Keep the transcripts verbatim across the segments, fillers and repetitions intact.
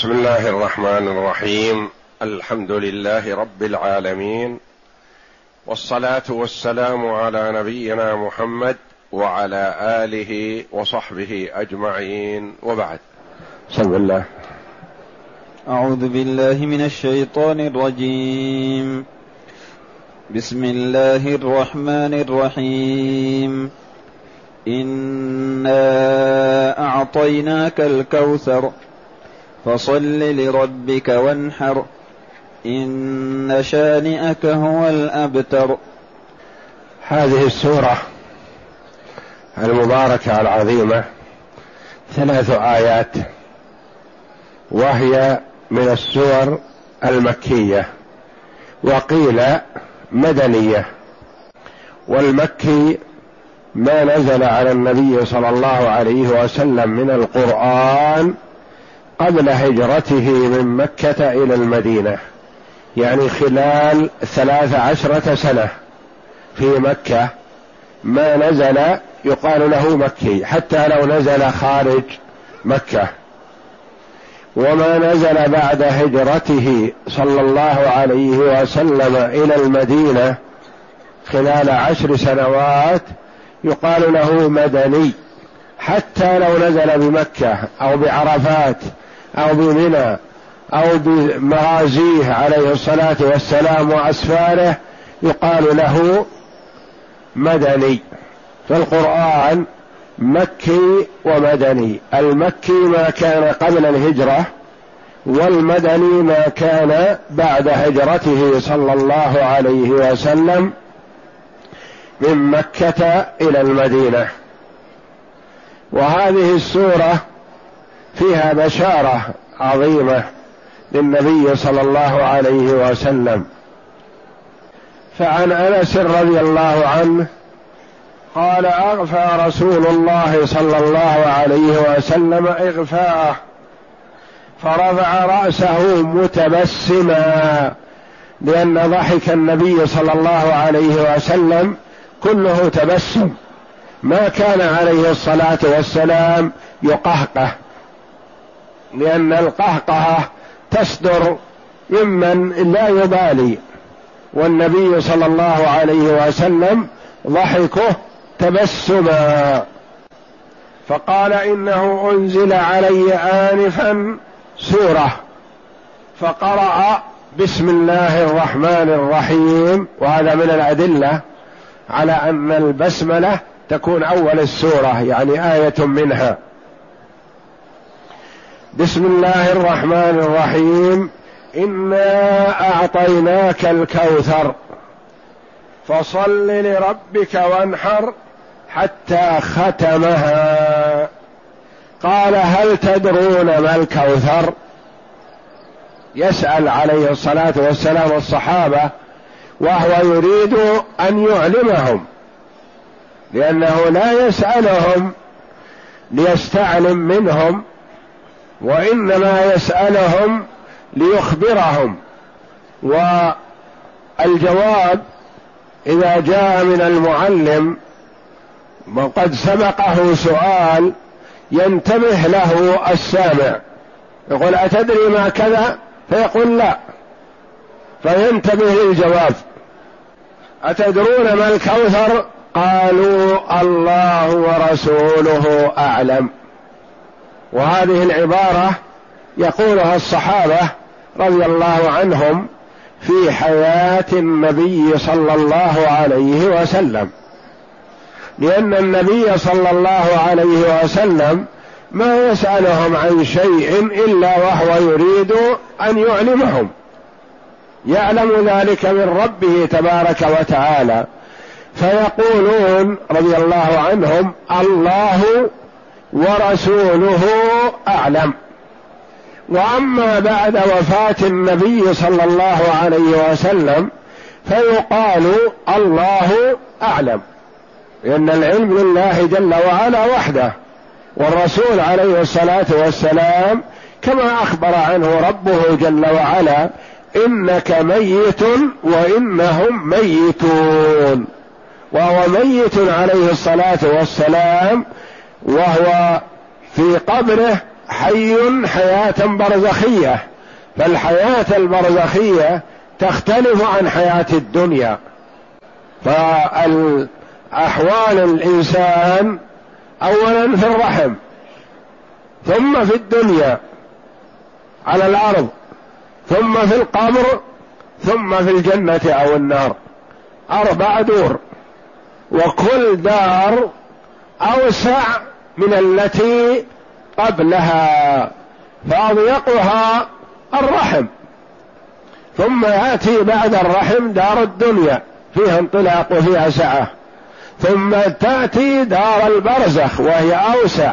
بسم الله الرحمن الرحيم. الحمد لله رب العالمين، والصلاة والسلام على نبينا محمد وعلى آله وصحبه أجمعين، وبعد. بسم الله. أعوذ بالله من الشيطان الرجيم. بسم الله الرحمن الرحيم. إنا أعطيناك الكوثر فصل لربك وانحر إن شانئك هو الأبتر. هذه السورة المباركة العظيمة ثلاث آيات، وهي من السور المكية، وقيل مدنية. والمكي ما نزل على النبي صلى الله عليه وسلم من القرآن قبل هجرته من مكة إلى المدينة، يعني خلال ثلاث عشرة سنة في مكة ما نزل يقال له مكي، حتى لو نزل خارج مكة. وما نزل بعد هجرته صلى الله عليه وسلم إلى المدينة خلال عشر سنوات يقال له مدني، حتى لو نزل بمكة أو بعرفات أو بمنى أو بمغازيه عليه الصلاة والسلام وأسفاره يقال له مدني. في القرآن مكي ومدني، المكي ما كان قبل الهجرة، والمدني ما كان بعد هجرته صلى الله عليه وسلم من مكة إلى المدينة. وهذه السورة فيها بشارة عظيمة للنبي صلى الله عليه وسلم. فعن أنس رضي الله عنه قال: أغفى رسول الله صلى الله عليه وسلم إغفاءه، فرفع رأسه متبسما، لأن ضحك النبي صلى الله عليه وسلم كله تبسم، ما كان عليه الصلاة والسلام يقهقه، لأن القهقهة تصدر ممن لا يبالي، والنبي صلى الله عليه وسلم ضحكه تبسما. فقال: إنه أنزل علي آنفا سورة، فقرأ بسم الله الرحمن الرحيم. وهذا من الأدلة على أن البسملة تكون أول السورة، يعني آية منها. بسم الله الرحمن الرحيم. إنا أعطيناك الكوثر فصل لربك وانحر حتى ختمها. قال: هل تدرون ما الكوثر؟ يسأل عليه الصلاة والسلام الصحابة وهو يريد أن يعلمهم، لأنه لا يسألهم ليستعلم منهم، وإنما يسألهم ليخبرهم. والجواب إذا جاء من المعلم وقد سبقه سؤال ينتبه له السامع، يقول: أتدري ما كذا؟ فيقول: لا، فينتبه للجواب. أتدرون ما الكوثر؟ قالوا: الله ورسوله أعلم. وهذه العبارة يقولها الصحابة رضي الله عنهم في حياة النبي صلى الله عليه وسلم، لأن النبي صلى الله عليه وسلم ما يسألهم عن شيء إلا وهو يريد أن يعلمهم، يعلم ذلك من ربه تبارك وتعالى. فيقولون رضي الله عنهم: الله ورسوله أعلم. وأما بعد وفاة النبي صلى الله عليه وسلم فيقال الله أعلم، لأن العلم لله جل وعلا وحده، والرسول عليه الصلاة والسلام كما أخبر عنه ربه جل وعلا: إنك ميت وإنهم ميتون. وهو ميت عليه الصلاة والسلام، وهو في قبره حي حياة برزخية، فالحياة البرزخية تختلف عن حياة الدنيا. فالأحوال الإنسان أولا في الرحم، ثم في الدنيا على الأرض، ثم في القبر، ثم في الجنة أو النار، أربع دور، وكل دار أوسع من التي قبلها، فأضيقها الرحم، ثم يأتي بعد الرحم دار الدنيا فيها انطلاق وفيها سعة، ثم تأتي دار البرزخ وهي أوسع،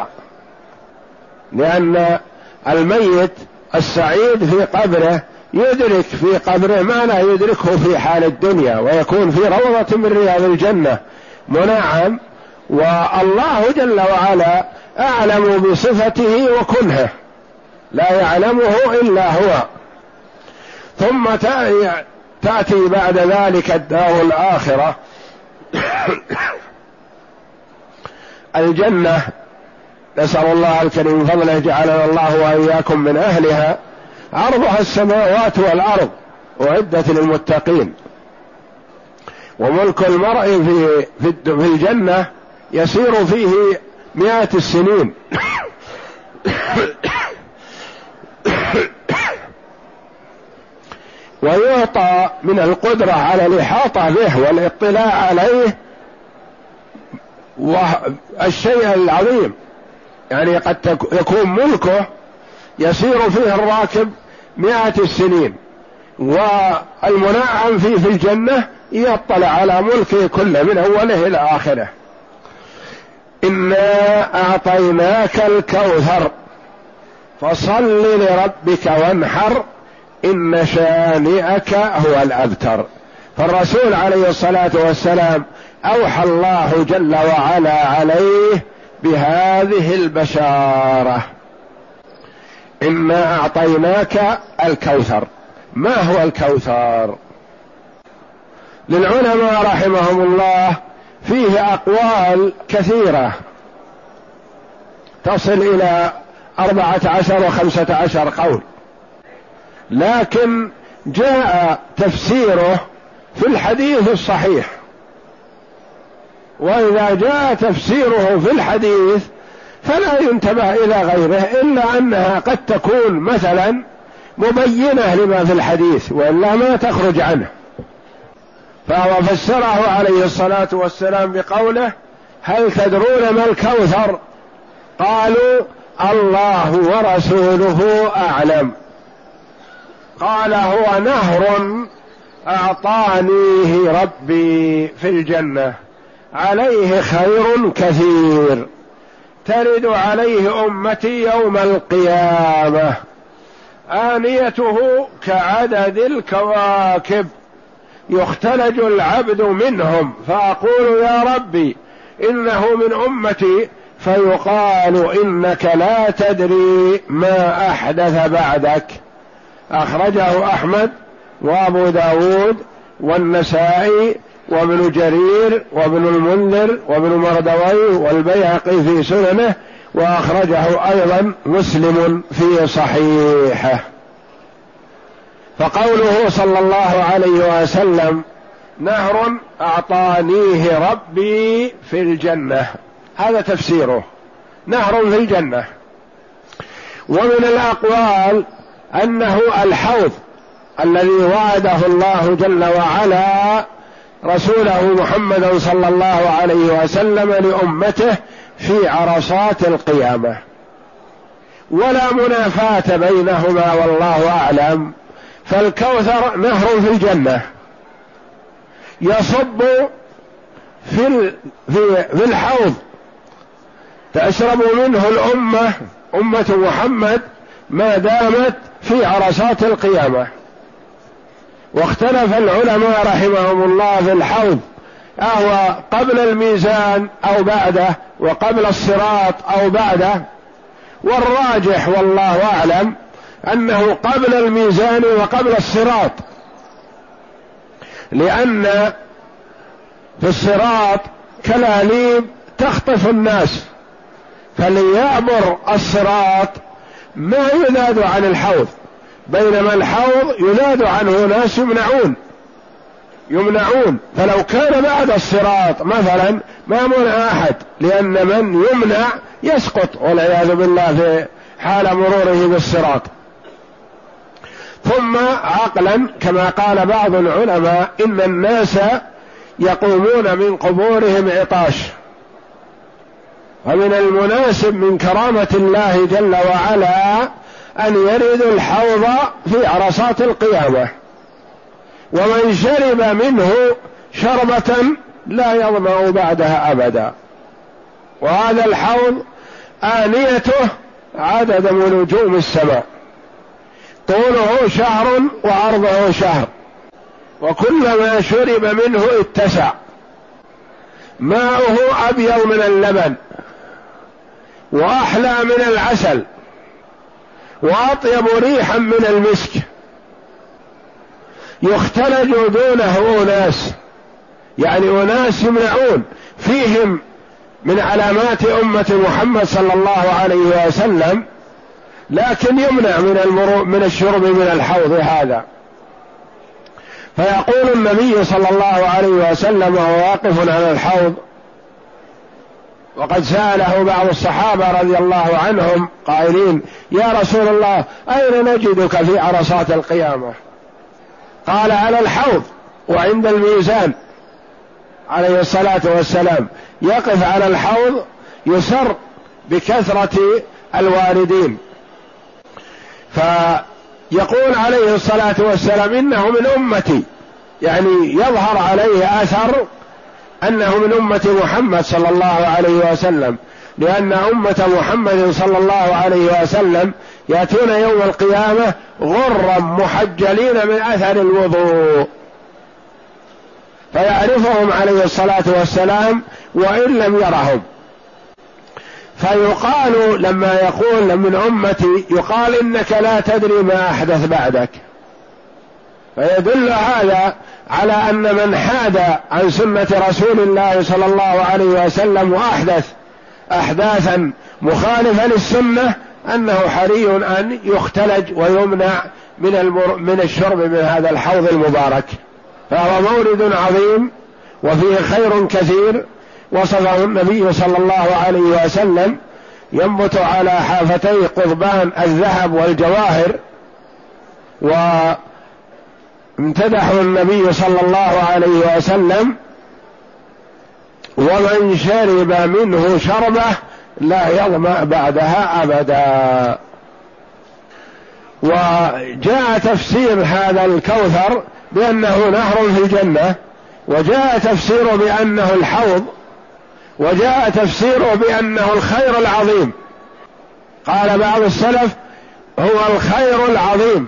لأن الميت السعيد في قبره يدرك في قبره ما لا يدركه في حال الدنيا، ويكون في روضة من رياض الجنة منعم، والله جل وعلا أعلم بصفته وكنهه لا يعلمه إلا هو. ثم تأتي بعد ذلك الدار الآخرة الجنة، نسأل الله الكريم فضله جعلنا الله وإياكم من أهلها، عرضها السماوات والأرض، أعدت للمتقين. وملك المرء في في الجنة يسير فيه مئات السنين ويعطى من القدرة على الإحاطة به والاطلاع عليه والشيء العظيم، يعني قد يكون ملكه يسير فيه الراكب مئة السنين، والمنعم فيه في الجنة يطلع على ملكه كله من أوله إلى آخره. إنا أعطيناك الكوثر فصل لربك وانحر إن شانئك هو الأبتر. فالرسول عليه الصلاة والسلام أوحى الله جل وعلا عليه بهذه البشارة: إنا أعطيناك الكوثر. ما هو الكوثر؟ للعلماء رحمهم الله فيه أقوال كثيرة تصل إلى أربعة عشر وخمسة عشر قول، لكن جاء تفسيره في الحديث الصحيح. وإذا جاء تفسيره في الحديث فلا ينتبه إلى غيره، إلا أنها قد تكون مثلا مبينة لما في الحديث وإلا ما تخرج عنه. فهو فسره عليه الصلاة والسلام بقوله: هل تدرون ما الكوثر؟ قالوا: الله ورسوله أعلم. قال: هو نهر أعطانيه ربي في الجنة، عليه خير كثير، ترد عليه أمتي يوم القيامة، آنيته كعدد الكواكب، يختلج العبد منهم، فأقول: يا ربي إنه من أمتي، فيقال: إنك لا تدري ما أحدث بعدك. أخرجه أحمد وأبو داود والنسائي وابن جرير وابن المنذر وابن مردويه والبيهقي في سننه، وأخرجه أيضا مسلم في صحيحه. فقوله صلى الله عليه وسلم: نهر أعطانيه ربي في الجنة، هذا تفسيره، نهر في الجنة. ومن الأقوال أنه الحوض الذي وعده الله جل وعلا رسوله محمدا صلى الله عليه وسلم لأمته في عرصات القيامة، ولا منافاة بينهما والله أعلم. فالكوثر نهر في الجنة يصب في في في الحوض تشرب منه الأمة، أمة محمد، ما دامت في عرصات القيامة. واختلف العلماء رحمهم الله في الحوض، أهو قبل الميزان أو بعده، وقبل الصراط أو بعده، والراجح والله أعلم أنه قبل الميزان وقبل الصراط، لأن في الصراط كلاليب تخطف الناس، فليعبر الصراط ما يناد عن الحوض، بينما الحوض يناد عنه ناس يمنعون يمنعون فلو كان بعد الصراط مثلا ما منع أحد، لأن من يمنع يسقط والعياذ بالله في حال مروره بالصراط. ثم عقلا كما قال بعض العلماء إن الناس يقومون من قبورهم عطاش، ومن المناسب من كرامة الله جل وعلا أن يردوا الحوض في عرصات القيامة، ومن شرب منه شربة لا يظمأ بعدها أبدا. وهذا الحوض آنيته عدد نجوم السماء، طوله شهر وعرضه شهر، وكلما شرب منه اتسع. ماؤه أبيض من اللبن وأحلى من العسل وأطيب ريحا من المسك، يختلج دونه أناس، يعني أناس يمنعون فيهم من علامات أمة محمد صلى الله عليه وسلم، لكن يمنع من المرو من الشرب من الحوض هذا. فيقول النبي صلى الله عليه وسلم وهو واقف على الحوض، وقد سأله بعض الصحابة رضي الله عنهم قائلين: يا رسول الله أين نجدك في عرصات القيامة؟ قال: على الحوض وعند الميزان عليه الصلاة والسلام، يقف على الحوض يسر بكثرة الواردين. فيقول عليه الصلاة والسلام: إنه من أمتي، يعني يظهر عليه أثر أنه من أمة محمد صلى الله عليه وسلم، لأن أمة محمد صلى الله عليه وسلم يأتون يوم القيامة غرا محجلين من أثر الوضوء، فيعرفهم عليه الصلاة والسلام وإن لم يرهم. فيقال لما يقول من أمتي يقال: إنك لا تدري ما أحدث بعدك. فيدل هذا على أن من حاد عن سنة رسول الله صلى الله عليه وسلم وأحدث أحداثا مخالفة للسنة أنه حري أن يختلج ويمنع من, المر... من الشرب من هذا الحوض المبارك. فهو مورد عظيم وفيه خير كثير وصفه النبي صلى الله عليه وسلم، ينبت على حافتي قضبان الذهب والجواهر. وامتدحه النبي صلى الله عليه وسلم: ومن شرب منه شربة لا يظمأ بعدها أبدا. وجاء تفسير هذا الكوثر بأنه نهر في الجنة، وجاء تفسير بأنه الحوض، وجاء تفسيره بأنه الخير العظيم. قال بعض السلف: هو الخير العظيم.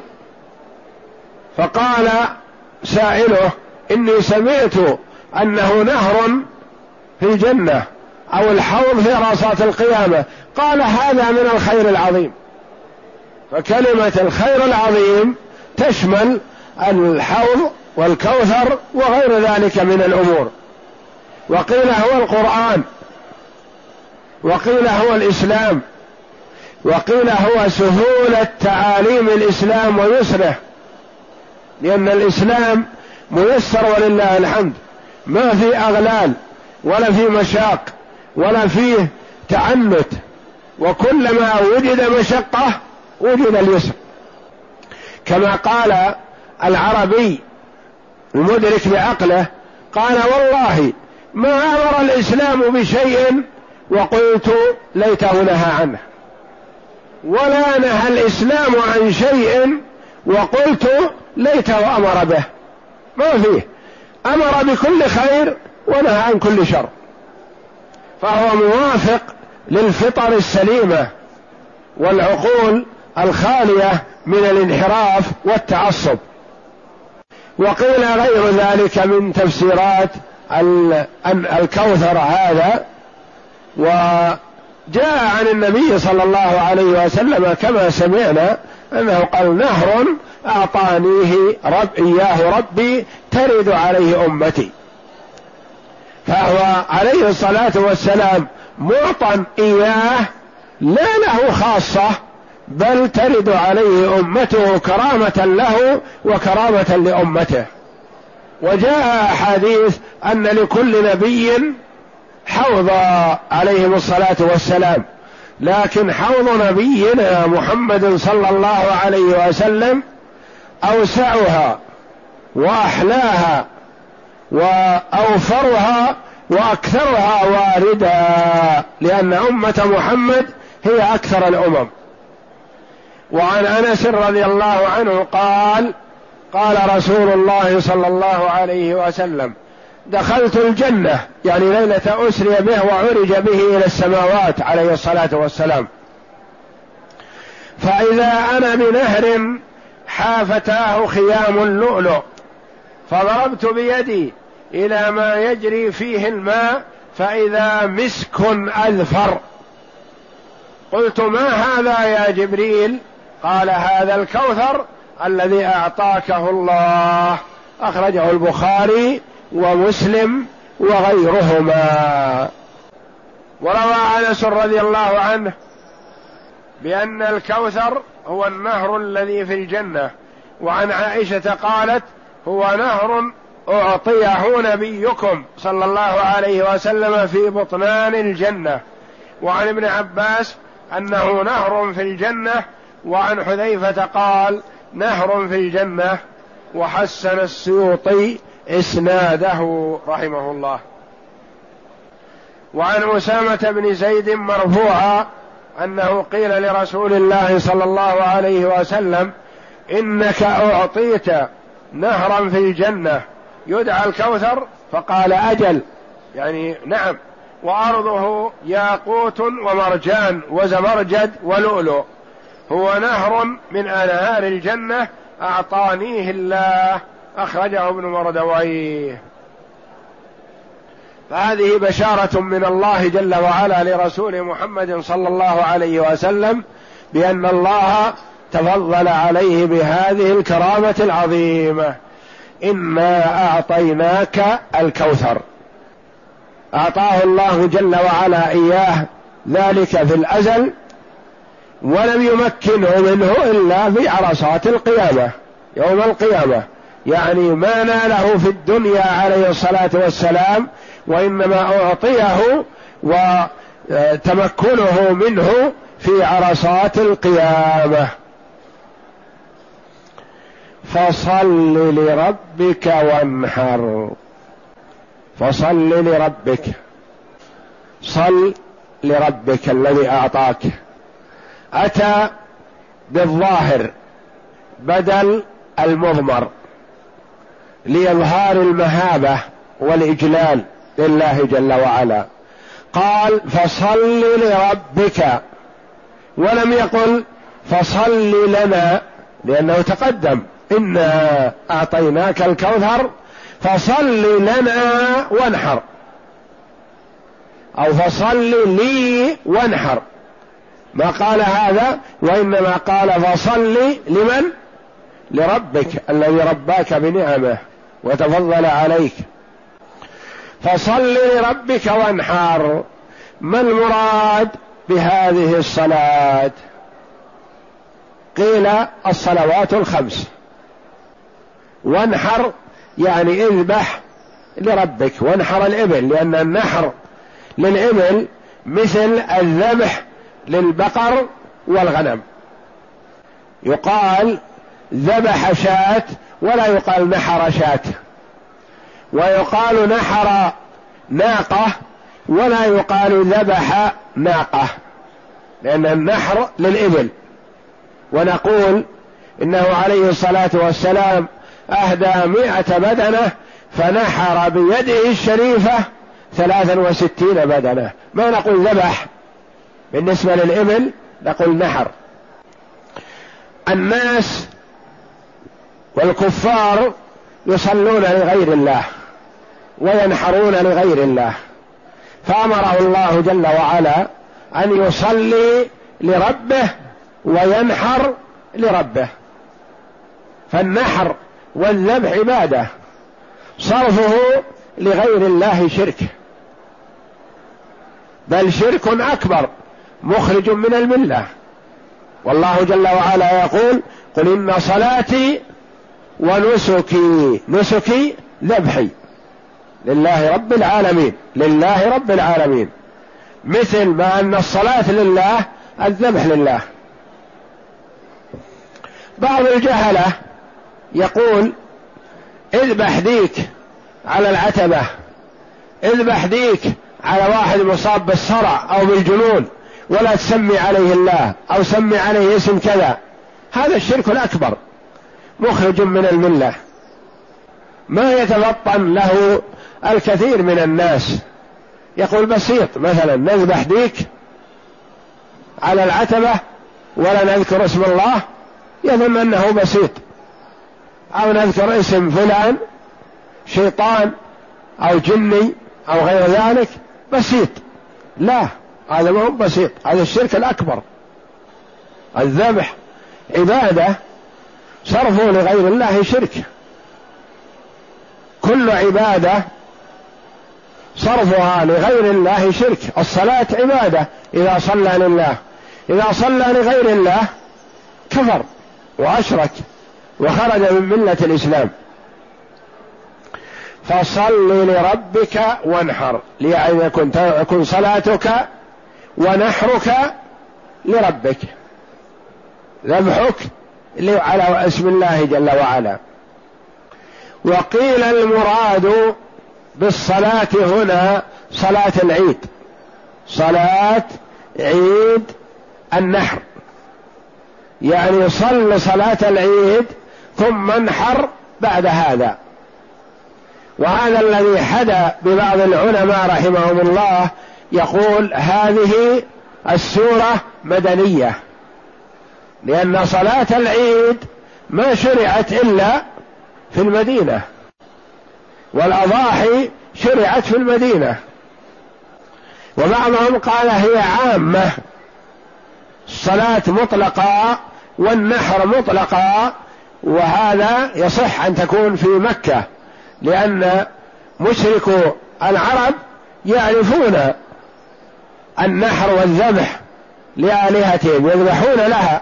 فقال سائله: إني سمعت أنه نهر في الجنة أو الحوض في عرصات القيامة. قال: هذا من الخير العظيم. فكلمة الخير العظيم تشمل الحوض والكوثر وغير ذلك من الأمور. وقيل هو القرآن، وقيل هو الإسلام، وقيل هو سهولة تعاليم الإسلام ويسره، لأن الإسلام ميسر ولله الحمد، ما في أغلال ولا في مشاق ولا فيه تعنت، وكلما وجد مشقة وجد اليسر. كما قال العربي المدرك بعقله، قال: والله ما أمر الإسلام بشيء وقلت ليته نهى عنه، ولا نهى الإسلام عن شيء وقلت ليته أمر به. ما فيه، أمر بكل خير ونهى عن كل شر، فهو موافق للفطر السليمة والعقول الخالية من الانحراف والتعصب. وقيل غير ذلك من تفسيرات الكوثر هذا. وجاء عن النبي صلى الله عليه وسلم كما سمعنا أنه قال: نهر أعطانيه رب إياه ربي ترد عليه أمتي. فهو عليه الصلاة والسلام معطى إياه لا له خاصة، بل ترد عليه أمته كرامة له وكرامة لأمته. وجاء أحاديث أن لكل نبي حوض عليهم الصلاة والسلام، لكن حوض نبينا محمد صلى الله عليه وسلم أوسعها وأحلاها وأوفرها وأكثرها واردا، لأن أمة محمد هي أكثر الأمم. وعن أنس رضي الله عنه قال: قال رسول الله صلى الله عليه وسلم: دخلت الجنة، يعني ليلة أسري به وعرج به إلى السماوات عليه الصلاة والسلام، فإذا أنا بنهر حافتاه خيام اللؤلؤ، فضربت بيدي إلى ما يجري فيه الماء فإذا مسك أذفر. قلت: ما هذا يا جبريل؟ قال: هذا الكوثر الذي أعطاكه الله. أخرجه البخاري ومسلم وغيرهما. وروى أنس رضي الله عنه بأن الكوثر هو النهر الذي في الجنة. وعن عائشة قالت: هو نهر أعطيه نبيكم صلى الله عليه وسلم في بطنان الجنة. وعن ابن عباس أنه نهر في الجنة. وعن حذيفة قال: نهر في الجنة. وحسن السيوطي إسناده رحمه الله. وعن أسامة بن زيد مرفوعا أنه قيل لرسول الله صلى الله عليه وسلم: إنك أعطيت نهرا في الجنة يدعى الكوثر؟ فقال: أجل، يعني نعم، وأرضه ياقوت ومرجان وزمرجد ولؤلؤ، هو نهر من أنهار الجنة أعطانيه الله. أخرجه ابن مردويه. فهذه بشارة من الله جل وعلا لرسول محمد صلى الله عليه وسلم بأن الله تفضل عليه بهذه الكرامة العظيمة. إنا أعطيناك الكوثر، أعطاه الله جل وعلا إياه ذلك في الأزل، ولم يمكنه منه إلا في عرصات القيامة يوم القيامة، يعني ما ناله في الدنيا عليه الصلاة والسلام، وإنما أعطيه وتمكنه منه في عرصات القيامة. فصل لربك وانحر، فصل لربك، صل لربك الذي أعطاك، أتى بالظاهر بدل المضمر لإظهار المهابة والإجلال لله جل وعلا. قال: فصل لربك، ولم يقل فصل لنا، لأنه تقدم: إنا أعطيناك الكوثر فصل لنا وانحر، أو فصل لي وانحر، ما قال هذا، وإنما قال فصل لمن؟ لربك الذي رباك بنعمه وتفضل عليك. فصل لربك وانحر. ما المراد بهذه الصلاة؟ قيل: الصلوات الخمس. وانحر يعني اذبح لربك، وانحر الإبل، لأن النحر للإبل مثل الذبح للبقر والغنم. يقال ذبح شاة ولا يقال نحر شاة، ويقال نحر ناقة ولا يقال ذبح ناقة، لأن النحر للإبل. ونقول إنه عليه الصلاة والسلام أهدى مئة بدنة فنحر بيده الشريفة ثلاثا وستين بدنة. ما نقول ذبح بالنسبة للإبل، نقول نحر. الناس والكفار يصلون لغير الله وينحرون لغير الله، فأمره الله جل وعلا أن يصلي لربه وينحر لربه. فالنحر والذبح عبادة، صرفه لغير الله شرك، بل شرك أكبر مخرج من الملة. والله جل وعلا يقول قل إن صلاتي ونسكي، نسكي ذبحي لله رب العالمين، لله رب العالمين، مثل ما أن الصلاة لله الذبح لله. بعض الجهلة يقول اذبح ديك على العتبة، اذبح ديك على واحد مصاب بالصرع أو بالجنون ولا تسمي عليه الله أو سمي عليه اسم كذا. هذا الشرك الأكبر مخرج من الملة، ما يتفطن له الكثير من الناس. يقول بسيط، مثلا نذبح ديك على العتبة ولا نذكر اسم الله، يظن أنه بسيط، أو نذكر اسم فلان شيطان أو جني أو غير ذلك بسيط. لا، هذا ما هو بسيط، هذا الشرك الأكبر. الذبح عبادة، صرفه لغير الله شرك. كل عبادة صرفها لغير الله شرك. الصلاة عبادة إذا صلى لله، إذا صلى لغير الله كفر وأشرك وخرج من ملة الإسلام. فصل لربك وانحر، لأن يكون يكون صلاتك ونحرك لربك، ذبحك على اسم الله جل وعلا. وقيل المراد بالصلاة هنا صلاة العيد، صلاة عيد النحر، يعني صل صلاة العيد ثم انحر بعد هذا. وهذا الذي حدا ببعض العلماء رحمهم الله، يقول هذه السورة مدنية، لأن صلاة العيد ما شرعت إلا في المدينة، والأضاحي شرعت في المدينة. وبعضهم قال هي عامة، الصلاة مطلقة والنحر مطلقة، وهذا يصح أن تكون في مكة، لأن مشركو العرب يعرفون النحر والذبح لآلهتهم، يذبحون لها.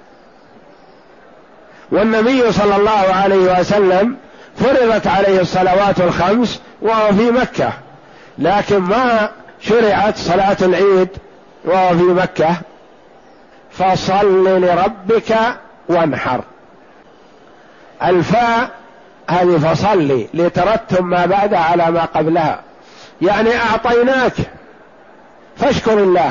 والنبي صلى الله عليه وسلم فرضت عليه الصلوات الخمس وهو في مكة، لكن ما شرعت صلاة العيد وهو في مكة. فصل لربك وانحر، الفاء هذه فصل لترتب ما بعدها على ما قبلها، يعني أعطيناك فاشكر الله.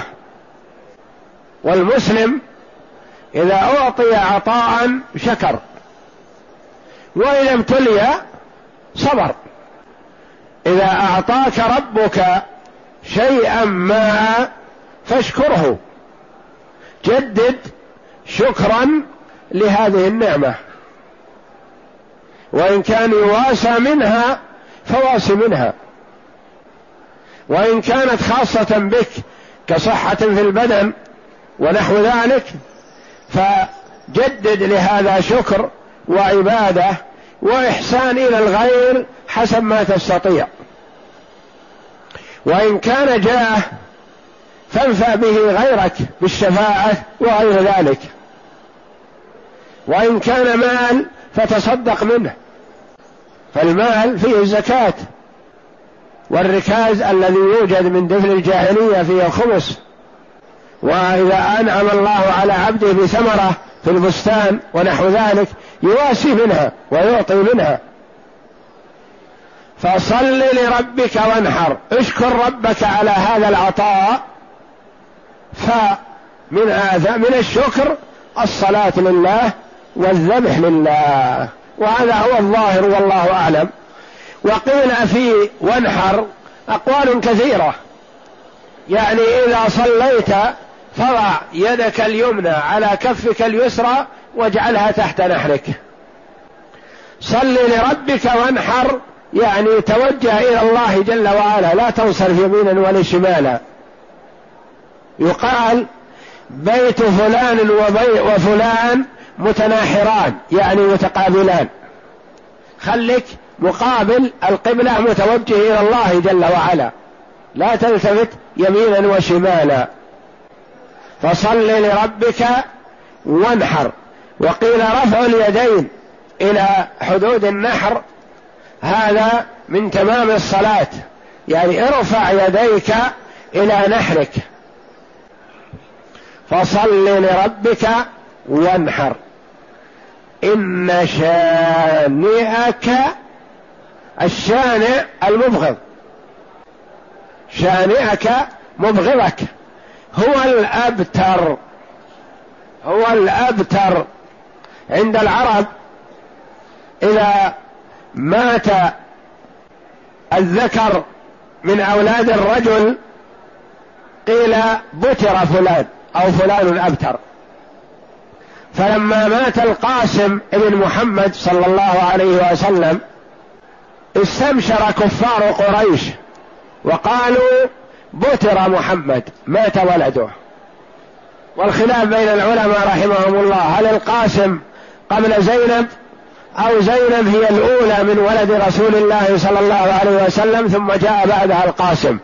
والمسلم إذا أعطي عطاء شكر، وإذا ابتلي صبر. إذا أعطاك ربك شيئا ما فاشكره، جدد شكرا لهذه النعمة، وإن كان يواسى منها فواسي منها، وإن كانت خاصة بك كصحة في البدن ونحو ذلك فجدد لهذا شكر وعبادة وإحسان إلى الغير حسب ما تستطيع. وإن كان جاه فانفع به غيرك بالشفاعة وغير ذلك. وإن كان مال فتصدق منه، فالمال فيه الزكاة، والركاز الذي يوجد من دفن الجاهلية فيه الخمس. وإذا أنعم الله على عبده بثمرة في البستان ونحو ذلك يواسي منها ويعطي منها. فصل لربك وانحر، اشكر ربك على هذا العطاء. فمن هذا من الشكر الصلاة لله والذبح لله، وهذا هو الظاهر والله أعلم. وقيل في وانحر أقوال كثيرة، يعني إذا صليت فضع يدك اليمنى على كفك اليسرى واجعلها تحت نحرك. صل لربك وانحر يعني توجه إلى الله جل وعلا، لا تنصرف يمينا ولا شمالا. يقال بيت فلان وفلان متناحران، يعني متقابلان، خليك مقابل القبلة متوجه إلى الله جل وعلا، لا تلتفت يمينا وشمالا. فصل لربك وانحر. وقيل رفع اليدين إلى حدود النحر هذا من تمام الصلاة، يعني ارفع يديك إلى نحرك. فصل لربك وانحر إن شانئك، الشانئ المبغض، شانئك مبغضك، هو الأبتر، هو الأبتر. عند العرب إذا مات الذكر من أولاد الرجل قيل بتر فلان أو فلان أبتر. فلما مات القاسم ابن محمد صلى الله عليه وسلم استبشر كفار قريش وقالوا بتر محمد، مات ولده. والخلاف بين العلماء رحمهم الله، هل القاسم قبل زينب أو زينب هي الأولى من ولد رسول الله صلى الله عليه وسلم ثم جاء بعدها القاسم.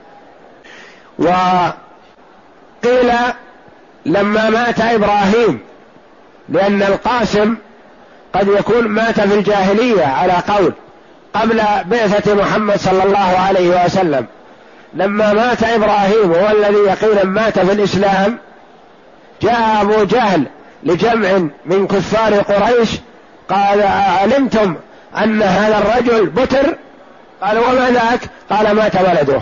وقيل لما مات إبراهيم، لأن القاسم قد يكون مات في الجاهلية على قول قبل بعثة محمد صلى الله عليه وسلم. لما مات إبراهيم هو الذي يقينا مات في الإسلام، جاء أبو جهل لجمع من كفار قريش قال أعلمتم أن هذا الرجل بتر؟ قالوا وما ذاك؟ قال مات ولده.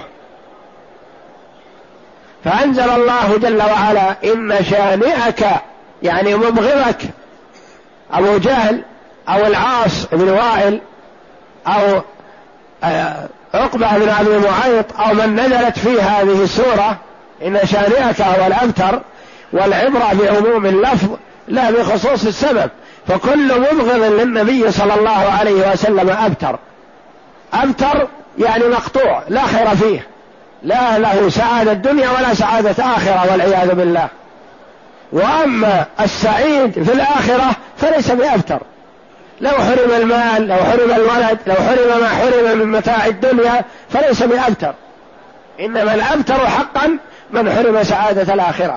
فأنزل الله جل وعلا إن شانئك يعني مبغضك، أبو جهل أو العاص بن وائل أو عقبة بن أبي معيط أو من نزلت في هذه السورة إن شانئك هو الأبتر، والعبرة بعموم اللفظ لا بخصوص السبب. فكل مبغض للنبي صلى الله عليه وسلم أبتر، أبتر يعني مقطوع لا خير فيه، لا له سعادة الدنيا ولا سعادة آخرة والعياذ بالله. وأما السعيد في الآخرة فليس بأبتر، لو حرم المال، لو حرم الولد، لو حرم ما حرم من متاع الدنيا فليس بأبتر، إنما الأبتر حقا من حرم سعادة الآخرة.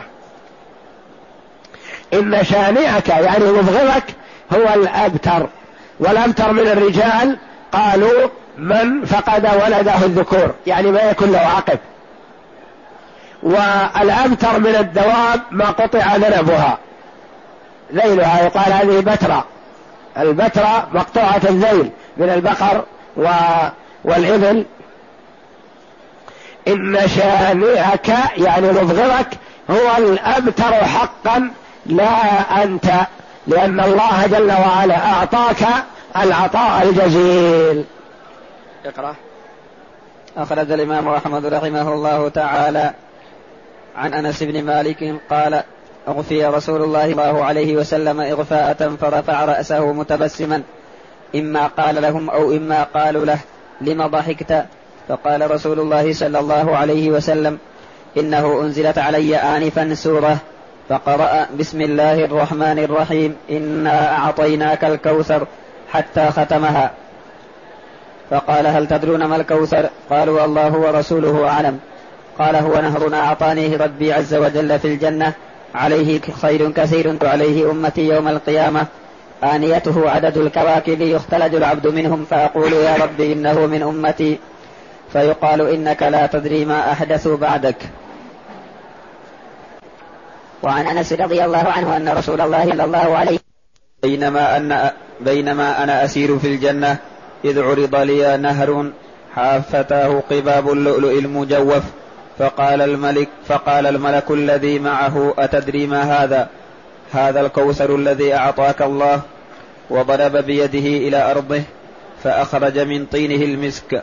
إن شانئك يعني مبغضك هو الأبتر. والأبتر من الرجال قالوا من فقد ولده الذكور، يعني ما يكون له عقب. والأبتر من الدواب ما قطع ذنبها، ذيلها يقال هذه بترة، البترة مقطوعة الذيل من البقر و... والإبل. إن شانئك يعني مبغضك هو الأبتر حقا لا أنت، لأن الله جل وعلا أعطاك العطاء الجزيل. اقرأ. أخرج الإمام أحمد رحمه الله تعالى عن أنس بن مالك قال أغفي رسول الله صلى الله عليه وسلم إغفاءة فرفع رأسه متبسما، إما قال لهم أو إما قالوا له لم ضحكت؟ فقال رسول الله صلى الله عليه وسلم إنه أنزلت علي آنفا سورة فقرأ بسم الله الرحمن الرحيم إنا أعطيناك الكوثر حتى ختمها. فقال هل تدرون ما الكوثر؟ قالوا الله ورسوله أعلم. قال هو نهر أعطانيه ربي عز وجل في الجنة، عليه خير كثير وعليه أمتي يوم القيامة، آنيته عدد الكواكب يختلج العبد منهم، فأقول يا ربي إنه من أمتي، فيقال إنك لا تدري ما أحدثوا بعدك. وعن أنس رضي الله عنه أن رسول الله صلى الله عليه بينما أن بينما أنا أسير في الجنة إذ عرض لي نهر حافتاه قباب اللؤلؤ المجوف، فقال الملك فقال الملك الذي معه أتدري ما هذا؟ هذا الكوثر الذي أعطاك الله. وضرب بيده إلى أرضه فأخرج من طينه المسك.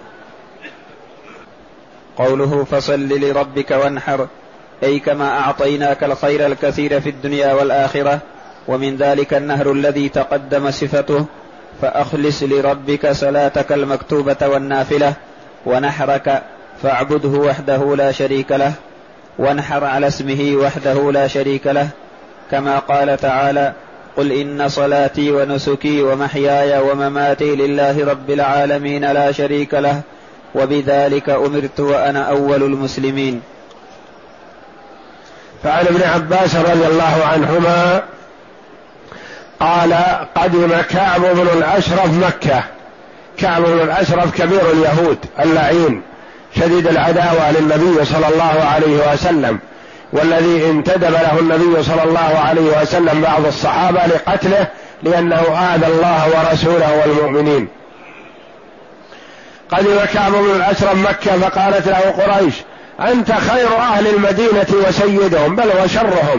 قوله فصل لربك وانحر، أي كما أعطيناك الخير الكثير في الدنيا والآخرة، ومن ذلك النهر الذي تقدم صفته، فأخلص لربك صلاتك المكتوبة والنافلة، ونحرك فاعبده وحده لا شريك له، وانحر على اسمه وحده لا شريك له، كما قال تعالى قل إن صلاتي ونسكي ومحياي ومماتي لله رب العالمين لا شريك له، وبذلك أمرت وأنا أول المسلمين. فعن ابن عباس رضي الله عنهما قال قدم كعب بن الأشرف مكة. كعب بن الأشرف كبير اليهود اللعين شديد العداوة للنبي صلى الله عليه وسلم، والذي انتدب له النبي صلى الله عليه وسلم بعض الصحابة لقتله لأنه آذى الله ورسوله والمؤمنين. قدم كعب بن الأشرف مكة فقالت له قريش: أنت خير أهل المدينة وسيدهم، بل وشرهم،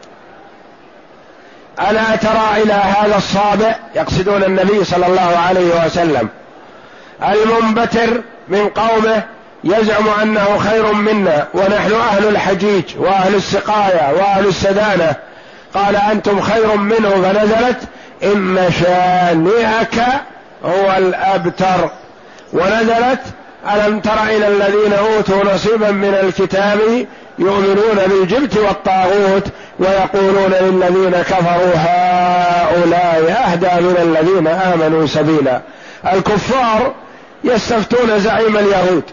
ألا ترى إلى هذا الصابئ، يقصدون النبي صلى الله عليه وسلم، المنبتر من قومه يزعم أنه خير منا ونحن أهل الحجيج وأهل السقاية وأهل السدانة، قال أنتم خير منه، فنزلت: إن شانئك هو الأبتر. ونزلت: ألم تر إلى الذين أوتوا نصيبا من الكتاب يؤمنون بالجبت والطاغوت ويقولون للذين كفروا هؤلاء أهدى من الذين آمنوا سبيلا. الكفار يستفتون زعيم اليهود،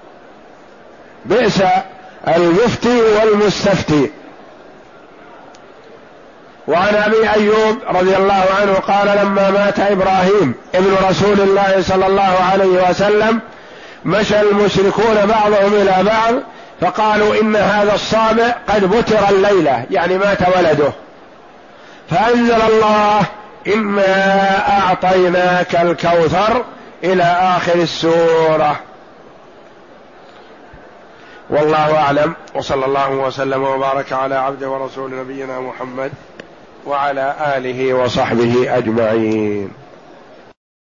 بئس المفتي والمستفتي. وعن أبي أيوب رضي الله عنه قال: لما مات إبراهيم ابن رسول الله صلى الله عليه وسلم مشى المشركون بعضهم إلى بعض فقالوا: إن هذا الصابئ قد بتر الليلة، يعني مات ولده، فأنزل الله: إنا أعطيناك الكوثر إلى آخر السورة. والله أعلم، وصلى الله وسلم وبارك على عبده ورسول نبينا محمد وعلى آله وصحبه أجمعين.